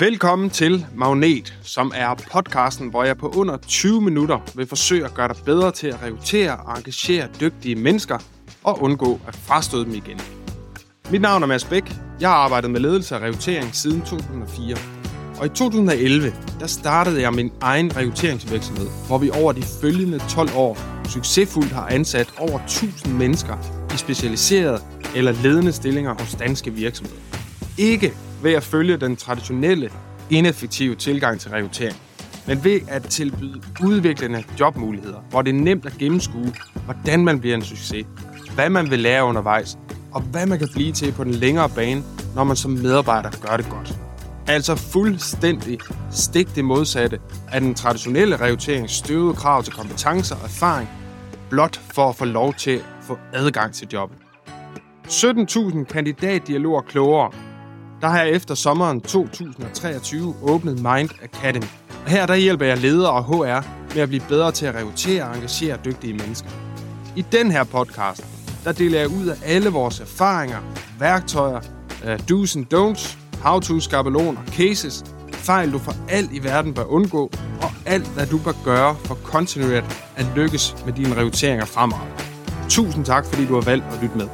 Velkommen til Magnet, som er podcasten, hvor jeg på under 20 minutter vil forsøge at gøre dig bedre til at rekruttere og engagere dygtige mennesker og undgå at frastøde dem igen. Mit navn er Mads Bæk. Jeg har arbejdet med ledelse og rekruttering siden 2004. Og i 2011, der startede jeg min egen rekrutteringsvirksomhed, hvor vi over de følgende 12 år succesfuldt har ansat over 1000 mennesker i specialiserede eller ledende stillinger hos danske virksomheder. Ikke ved at følge den traditionelle, ineffektive tilgang til rekruttering, men ved at tilbyde udviklende jobmuligheder, hvor det er nemt at gennemskue, hvordan man bliver en succes, hvad man vil lære undervejs, og hvad man kan blive til på den længere bane, når man som medarbejder gør det godt. Altså fuldstændig stik det modsatte af den traditionelle rekrutterings støvede krav til kompetencer og erfaring, blot for at få lov til at få adgang til jobbet. 17.000 kandidatdialoger klogere. Der har jeg efter sommeren 2023 åbnet Mind Academy. Og her der hjælper jeg ledere og HR med at blive bedre til at rekruttere og engagere dygtige mennesker. I den her podcast, der deler jeg ud af alle vores erfaringer, værktøjer, do's and don'ts, how-to, skabeloner, cases, fejl du for alt i verden bør undgå, og alt hvad du bør gøre for kontinuerligt at lykkes med dine rekrutteringer fremadrettet. Tusind tak, fordi du har valgt at lytte med.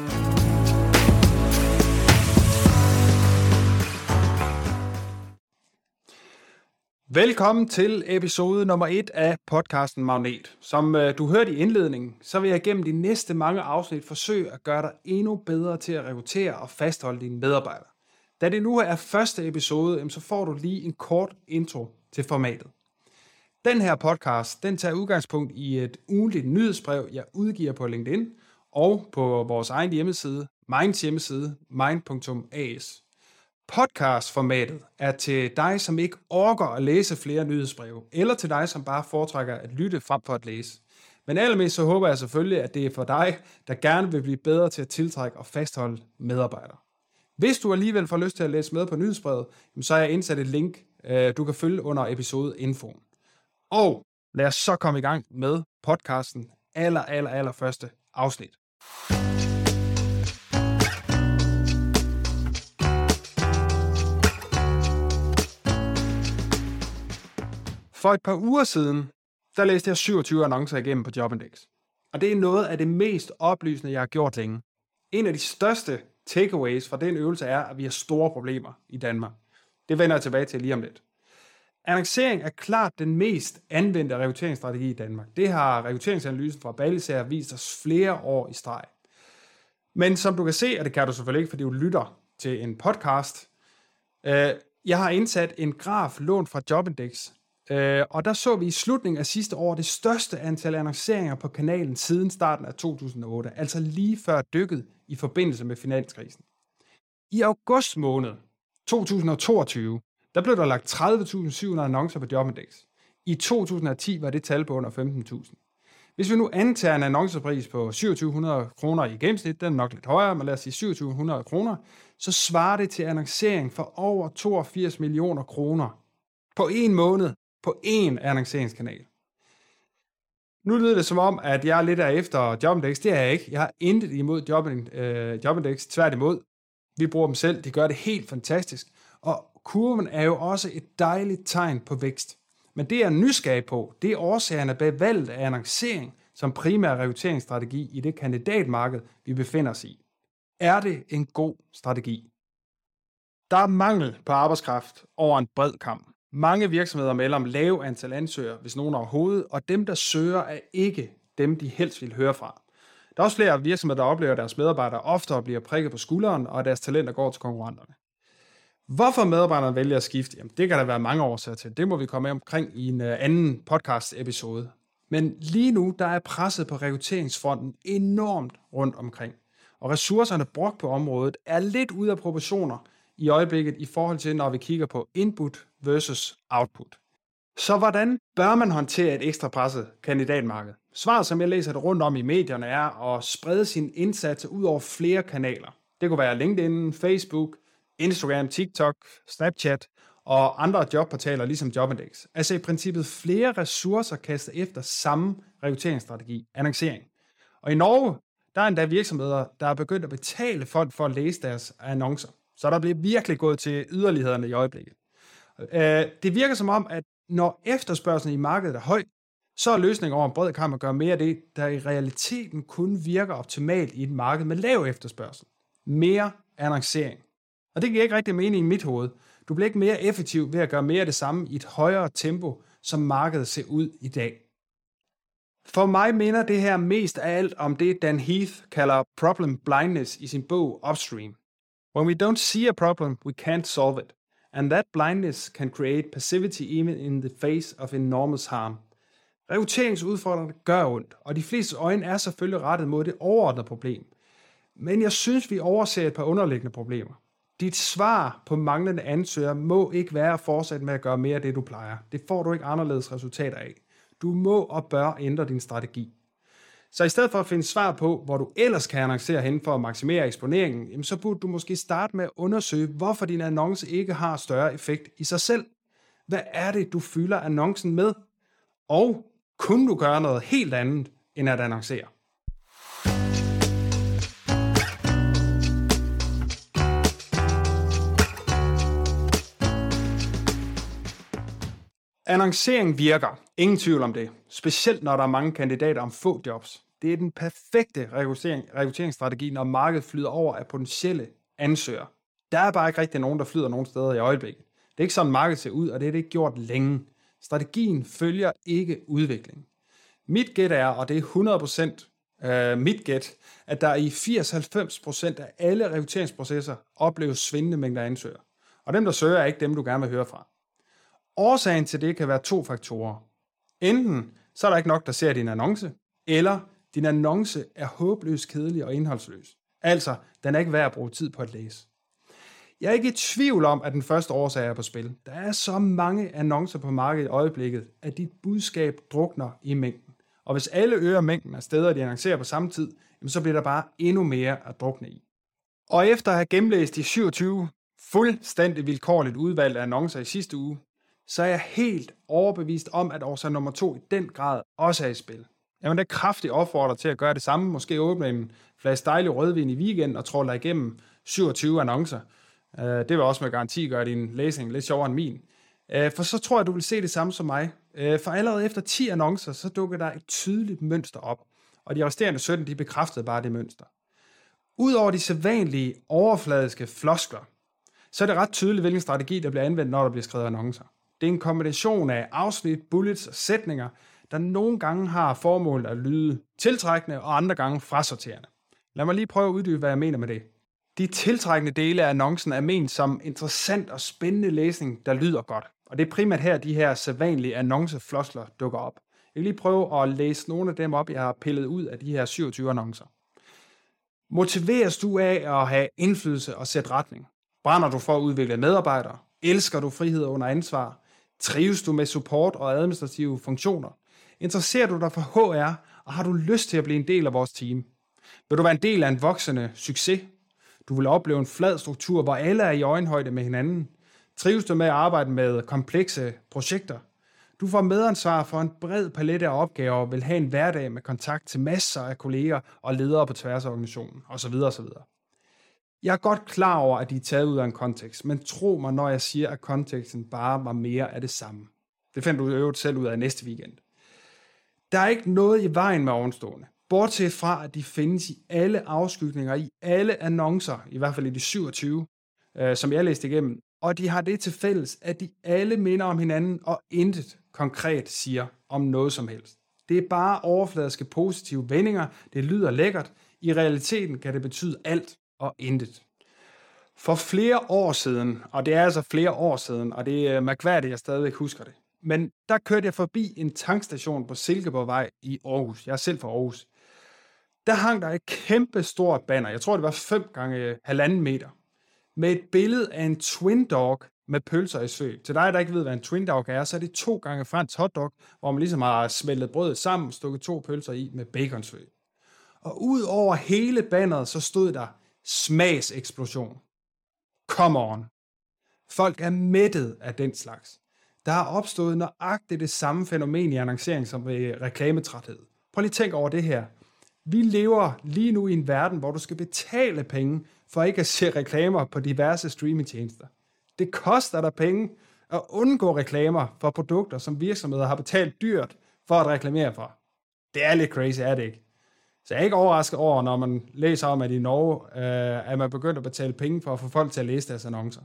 Velkommen til episode nummer 1 af podcasten Magnet. Som du hørte i indledningen, så vil jeg gennem de næste mange afsnit forsøge at gøre dig endnu bedre til at rekruttere og fastholde dine medarbejdere. Da det nu er første episode, så får du lige en kort intro til formatet. Den her podcast, den tager udgangspunkt i et ugentligt nyhedsbrev, jeg udgiver på LinkedIn og på vores egen hjemmeside, Minds hjemmeside, mind.as. Podcastformatet er til dig, som ikke orker at læse flere nyhedsbreve, eller til dig, som bare foretrækker at lytte frem for at læse. Men allermest så håber jeg selvfølgelig, at det er for dig, der gerne vil blive bedre til at tiltrække og fastholde medarbejdere. Hvis du alligevel får lyst til at læse med på nyhedsbrevet, så har jeg indsat et link, du kan følge under episodeinfoen. Og lad os så komme i gang med podcasten aller første afsnit. For et par uger siden, der læste jeg 27 annoncer igennem på Jobindex. Og det er noget af det mest oplysende, jeg har gjort længe. En af de største takeaways fra den øvelse er, at vi har store problemer i Danmark. Det vender jeg tilbage til lige om lidt. Annoncering er klart den mest anvendte rekrutteringsstrategi i Danmark. Det har rekrutteringsanalysen fra Balisager vist os flere år i streg. Men som du kan se, og det kan du selvfølgelig ikke, fordi du lytter til en podcast, jeg har indsat en graf lånt fra Jobindex, og der så vi i slutningen af sidste år det største antal annonceringer på kanalen siden starten af 2008, altså lige før dykket i forbindelse med finanskrisen. I august måned 2022, der blev der lagt 30.700 annoncer på Jobindex. I 2010 var det tal på under 15.000. Hvis vi nu antager en annoncepris på 2700 kroner i gennemsnit, den er nok lidt højere, men lad os sige 2700 kroner, så svarer det til annoncering for over 82 millioner kroner på en måned på én annonceringskanal. Nu lyder det som om, at jeg er lidt efter Jobindex. Det er jeg ikke. Jeg har intet imod Jobindex. Tværtimod. Vi bruger dem selv. De gør det helt fantastisk. Og kurven er jo også et dejligt tegn på vækst. Men det jeg er nysgerrig på, det er årsagerne bag valget af annoncering som primær rekrutteringsstrategi i det kandidatmarked, vi befinder os i. Er det en god strategi? Der er mangel på arbejdskraft over en bred kam. Mange virksomheder melder om lave antal ansøgere, hvis nogen overhovedet, og dem, der søger, er ikke dem, de helst vil høre fra. Der er også flere virksomheder, der oplever, at deres medarbejdere oftere bliver prikket på skulderen, og at deres talenter går til konkurrenterne. Hvorfor medarbejderne vælger at skifte? Jamen, det kan der være mange årsager til. Det må vi komme omkring i en anden podcast-episode. Men lige nu, der er presset på rekrutteringsfronten enormt rundt omkring. Og ressourcerne brugt på området er lidt ude af proportioner i øjeblikket i forhold til, når vi kigger på input versus output. Så hvordan bør man håndtere et ekstra presset kandidatmarked? Svaret, som jeg læser det rundt om i medierne, er at sprede sine indsatser ud over flere kanaler. Det kunne være LinkedIn, Facebook, Instagram, TikTok, Snapchat og andre jobportaler ligesom Jobindex. Altså i princippet flere ressourcer kastet efter samme rekrutteringsstrategi, annoncering. Og i Norge, der er endda virksomheder, der er begyndt at betale folk for at læse deres annoncer. Så der bliver virkelig gået til yderlighederne i øjeblikket. Det virker som om, at når efterspørgselen i markedet er høj, så er løsningen over en bred kam at gøre mere af det, der i realiteten kun virker optimalt i et marked med lav efterspørgsel. Mere annoncering. Og det giver ikke rigtig mening i mit hoved. Du bliver ikke mere effektiv ved at gøre mere af det samme i et højere tempo, som markedet ser ud i dag. For mig minder det her mest af alt om det, Dan Heath kalder problem blindness i sin bog Upstream. When we don't see a problem, we can't solve it. And that blindness can create passivity even in the face of enormous harm. Rekrutteringsudfordringer gør ondt, og de fleste øjne er selvfølgelig rettet mod det overordnede problem. Men jeg synes, vi overser et par underliggende problemer. Dit svar på manglende ansøger må ikke være at fortsætte med at gøre mere af det, du plejer. Det får du ikke anderledes resultater af. Du må og bør ændre din strategi. Så i stedet for at finde svar på, hvor du ellers kan annoncere hen for at maksimere eksponeringen, så burde du måske starte med at undersøge, hvorfor din annonce ikke har større effekt i sig selv. Hvad er det, du fylder annoncen med? Og kunne du gøre noget helt andet end at annoncere? Annoncering virker. Ingen tvivl om det. Specielt når der er mange kandidater om få jobs. Det er den perfekte rekrutteringsstrategi, når markedet flyder over af potentielle ansøgere. Der er bare ikke rigtig nogen, der flyder nogen steder i øjeblikket. Det er ikke sådan, markedet ser ud, og det er det ikke gjort længe. Strategien følger ikke udviklingen. Mit gæt er, og det er 100% mit gæt, at der i 80-90% af alle rekrutteringsprocesser opleves svindende mængder ansøgere. Og dem, der søger, er ikke dem, du gerne vil høre fra. Årsagen til det kan være 2 faktorer. Enten så er der ikke nok, der ser din annonce, eller din annonce er håbløst kedelig og indholdsløs. Altså, den er ikke værd at bruge tid på at læse. Jeg er ikke i tvivl om, at den første årsag er på spil. Der er så mange annoncer på markedet i øjeblikket, at dit budskab drukner i mængden. Og hvis alle øger mængden af steder, de annoncerer på samme tid, så bliver der bare endnu mere at drukne i. Og efter at have gennemlæst de 27 fuldstændig vilkårligt udvalgte annoncer i sidste uge, så er jeg helt overbevist om, at årsag nummer 2 i den grad også er i spil. Jeg vil da kraftigt opfordre til at gøre det samme. Måske åbne en flaske dejlig rødvin i weekenden og tråle igennem 27 annoncer. Det vil også med garanti gøre din læsning lidt sjovere end min. For så tror jeg, du vil se det samme som mig. For allerede efter 10 annoncer, så dukker der et tydeligt mønster op. Og de resterende 17, de bekræftede bare det mønster. Udover de sædvanlige overfladiske floskler, så er det ret tydeligt, hvilken strategi, der bliver anvendt, når der bliver skrevet annoncer. Det er en kombination af afsnit, bullets og sætninger, der nogle gange har formålet at lyde tiltrækkende og andre gange frasorterende. Lad mig lige prøve at uddybe, hvad jeg mener med det. De tiltrækkende dele af annoncen er ment som interessant og spændende læsning, der lyder godt. Og det er primært her, de her sædvanlige annoncefloskler dukker op. Jeg vil lige prøve at læse nogle af dem op, jeg har pillet ud af de her 27 annoncer. Motiveres du af at have indflydelse og sætte retning? Brænder du for at udvikle medarbejdere? Elsker du frihed under ansvar? Trives du med support og administrative funktioner? Interesserer du dig for HR, og har du lyst til at blive en del af vores team? Vil du være en del af en voksende succes? Du vil opleve en flad struktur, hvor alle er i øjenhøjde med hinanden. Trives du med at arbejde med komplekse projekter? Du får medansvar for en bred palet af opgaver og vil have en hverdag med kontakt til masser af kolleger og ledere på tværs af organisationen, osv. osv. Jeg er godt klar over, at de er taget ud af en kontekst, men tro mig, når jeg siger, at konteksten bare var mere af det samme. Det finder du øvrigt selv ud af næste weekend. Der er ikke noget i vejen med ovenstående, bortset fra, at de findes i alle afskygninger, i alle annoncer, i hvert fald i de 27, som jeg læste igennem, og de har det til fælles, at de alle minder om hinanden og intet konkret siger om noget som helst. Det er bare overfladiske positive vendinger, det lyder lækkert, i realiteten kan det betyde alt og intet. For flere år siden, og det er altså flere år siden, og det er mærkværdigt, at jeg stadigvæk husker det, men der kørte jeg forbi en tankstation på Silkeborgvej i Aarhus. Jeg er selv fra Aarhus. Der hang der et kæmpe stort banner, jeg tror det var 5 gange 1,5 meter, med et billede af en twin dog med pølser i sø. Til dig, der ikke ved, hvad en twin dog er, så er det 2 gange fransk hotdog, hvor man ligesom har smeltet brødet sammen, stukket 2 pølser i med baconsø. Og ud over hele banneret, så stod der smagseksplosion. Come on. Folk er mættet af den slags. Der er opstået nøjagtigt det samme fænomen i annoncering som ved reklametræthed. Prøv lige at tænke over det her. Vi lever lige nu i en verden, hvor du skal betale penge for ikke at se reklamer på diverse streamingtjenester. Det koster dig penge at undgå reklamer for produkter, som virksomheder har betalt dyrt for at reklamere for. Det er lidt crazy, er det ikke? Så jeg er ikke overrasket over, når man læser om, at i Norge er man begyndt at betale penge for at få folk til at læse deres annoncer.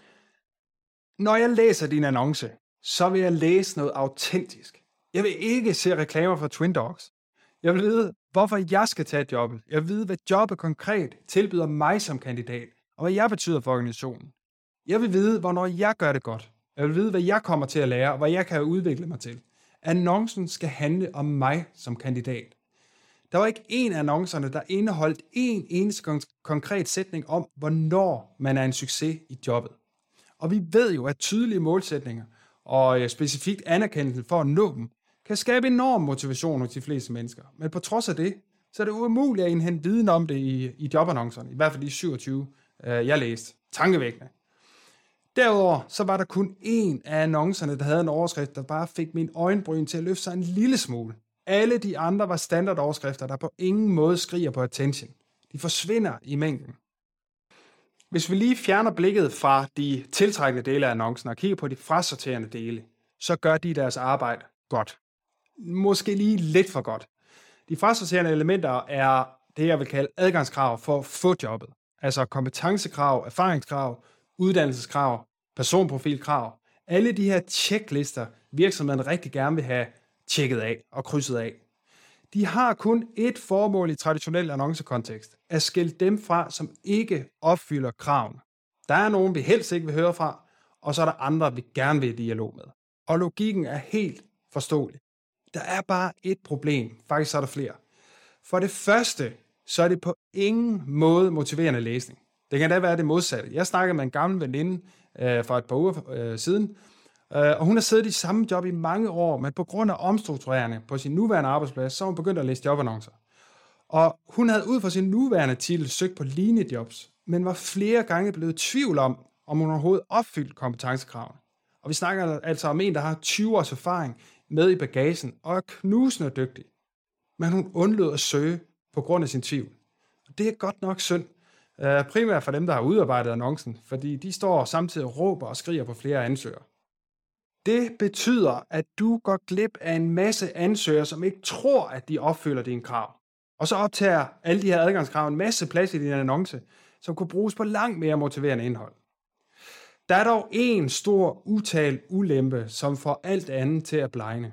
Når jeg læser din annonce, så vil jeg læse noget autentisk. Jeg vil ikke se reklamer for Twin Dogs. Jeg vil vide, hvorfor jeg skal tage jobbet. Jeg vil vide, hvad jobbet konkret tilbyder mig som kandidat, og hvad jeg betyder for organisationen. Jeg vil vide, hvornår jeg gør det godt. Jeg vil vide, hvad jeg kommer til at lære, og hvad jeg kan udvikle mig til. Annoncen skal handle om mig som kandidat. Der var ikke én af annoncerne, der indeholdt én eneste konkret sætning om, hvornår man er en succes i jobbet. Og vi ved jo, at tydelige målsætninger og specifikt anerkendelse for at nå dem, kan skabe enorm motivation hos de fleste mennesker. Men på trods af det, så er det umuligt at indhente viden om det i jobannoncerne. I hvert fald de 27, jeg læste. Tankevækkende. Derudover så var der kun én af annoncerne, der havde en overskrift, der bare fik min øjenbryn til at løfte sig en lille smule. Alle de andre var standardoverskrifter, der på ingen måde skriger på attention. De forsvinder i mængden. Hvis vi lige fjerner blikket fra de tiltrækkende dele af annoncen og kigger på de frasorterende dele, så gør de deres arbejde godt. Måske lige lidt for godt. De frasorterende elementer er det, jeg vil kalde adgangskrav for at få jobbet. Altså kompetencekrav, erfaringskrav, uddannelseskrav, personprofilkrav. Alle de her checklister, virksomheden rigtig gerne vil have tjekket af og krydset af. De har kun ét formål i traditionel annoncekontekst, at skille dem fra, som ikke opfylder kravene. Der er nogen, vi helst ikke vil høre fra, og så er der andre, vi gerne vil i dialog med. Og logikken er helt forståelig. Der er bare et problem. Faktisk er der flere. For det første, så er det på ingen måde motiverende læsning. Det kan da være det modsatte. Jeg snakkede med en gammel veninde for et par uger siden, og hun har siddet i samme job i mange år, men på grund af omstrukturerende på sin nuværende arbejdsplads, så har hun begyndt at læse jobannoncer. Og hun havde ud fra sin nuværende titel søgt på lignende jobs, men var flere gange blevet i tvivl om hun overhovedet opfyldte kompetencekravene. Og vi snakker altså om en, der har 20 års erfaring med i bagagen og er knusende dygtig. Men hun undlod at søge på grund af sin tvivl. Og det er godt nok synd. Primært for dem, der har udarbejdet annoncen, fordi de står samtidig og råber og skriger på flere ansøgere. Det betyder, at du går glip af en masse ansøgere, som ikke tror, at de opfylder dine krav. Og så optager alle de her adgangskrav en masse plads i din annonce, som kunne bruges på langt mere motiverende indhold. Der er dog en stor utalt ulempe, som får alt andet til at blegne.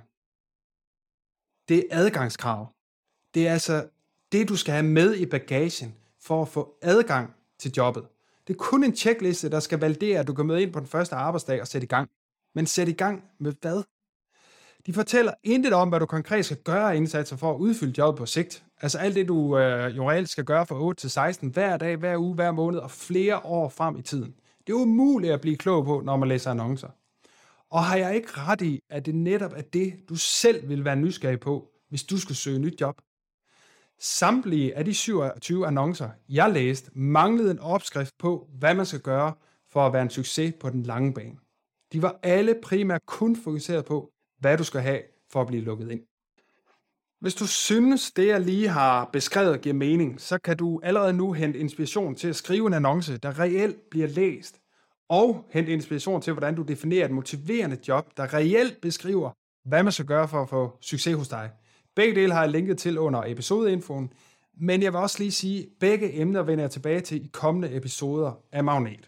Det er adgangskrav. Det er altså det, du skal have med i bagagen for at få adgang til jobbet. Det er kun en checkliste, der skal validere, at du kan møde ind på den første arbejdsdag og sætte i gang. Men sæt i gang med hvad? De fortæller intet om, hvad du konkret skal gøre af indsatser for at udfylde jobbet på sigt. Altså alt det, du jo reelt skal gøre fra 8 til 16 hver dag, hver uge, hver måned og flere år frem i tiden. Det er umuligt at blive klog på, når man læser annoncer. Og har jeg ikke ret i, at det netop er det, du selv vil være nysgerrig på, hvis du skal søge nyt job? Samtlige af de 27 annoncer, jeg læste, manglede en opskrift på, hvad man skal gøre for at være en succes på den lange bane. De var alle primært kun fokuseret på, hvad du skal have for at blive lukket ind. Hvis du synes, det jeg lige har beskrevet giver mening, så kan du allerede nu hente inspiration til at skrive en annonce, der reelt bliver læst, og hente inspiration til, hvordan du definerer et motiverende job, der reelt beskriver, hvad man skal gøre for at få succes hos dig. Begge dele har jeg linket til under episodeinfoen, men jeg vil også lige sige, at begge emner vender jeg tilbage til i kommende episoder af Magnet.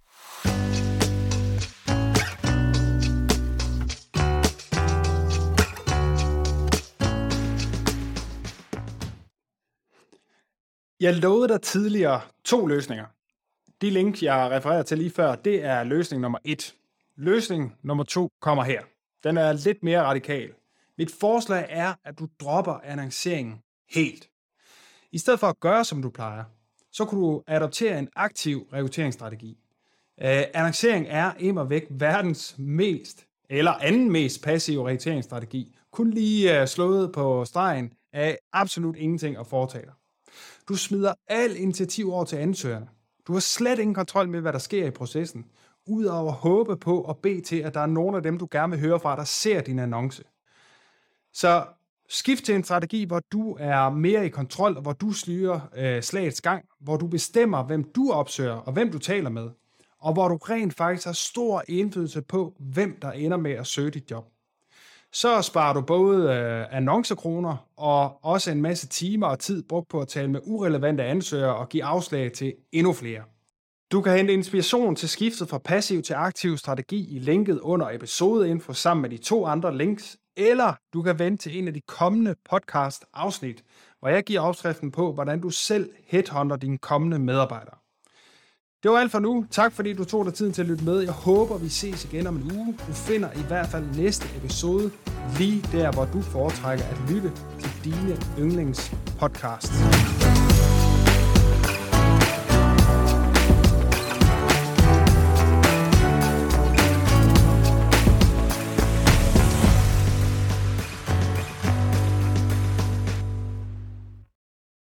Jeg lovede dig tidligere 2 løsninger. De links, jeg refererede til lige før, det er løsning nummer 1. Løsning nummer 2 kommer her. Den er lidt mere radikal. Mit forslag er, at du dropper annonceringen helt. I stedet for at gøre, som du plejer, så kunne du adoptere en aktiv rekrutteringsstrategi. Annoncering er immervæk verdens mest, eller anden mest passive rekrutteringsstrategi. Kun lige slået på stregen af absolut ingenting at foretage dig. Du smider al initiativ over til ansøgerne. Du har slet ingen kontrol med, hvad der sker i processen, udover at håbe på og bede til, at der er nogen af dem, du gerne vil høre fra, der ser din annonce. Så skift til en strategi, hvor du er mere i kontrol, og hvor du styrer slagets gang, hvor du bestemmer, hvem du opsøger og hvem du taler med. og hvor du rent faktisk har stor indflydelse på, hvem der ender med at søge dit job. Så sparer du både annoncekroner og også en masse timer og tid brugt på at tale med urelevante ansøgere og give afslag til endnu flere. Du kan hente inspiration til skiftet fra passiv til aktiv strategi i linket under episodeinfo sammen med de 2 andre links, eller du kan vente til en af de kommende podcast-afsnit, hvor jeg giver opskriften på, hvordan du selv headhunter dine kommende medarbejdere. Det var alt for nu. Tak fordi du tog dig tiden til at lytte med. Jeg håber, vi ses igen om en uge. Du finder i hvert fald næste episode lige der, hvor du foretrækker at lytte til dine yndlingspodcasts.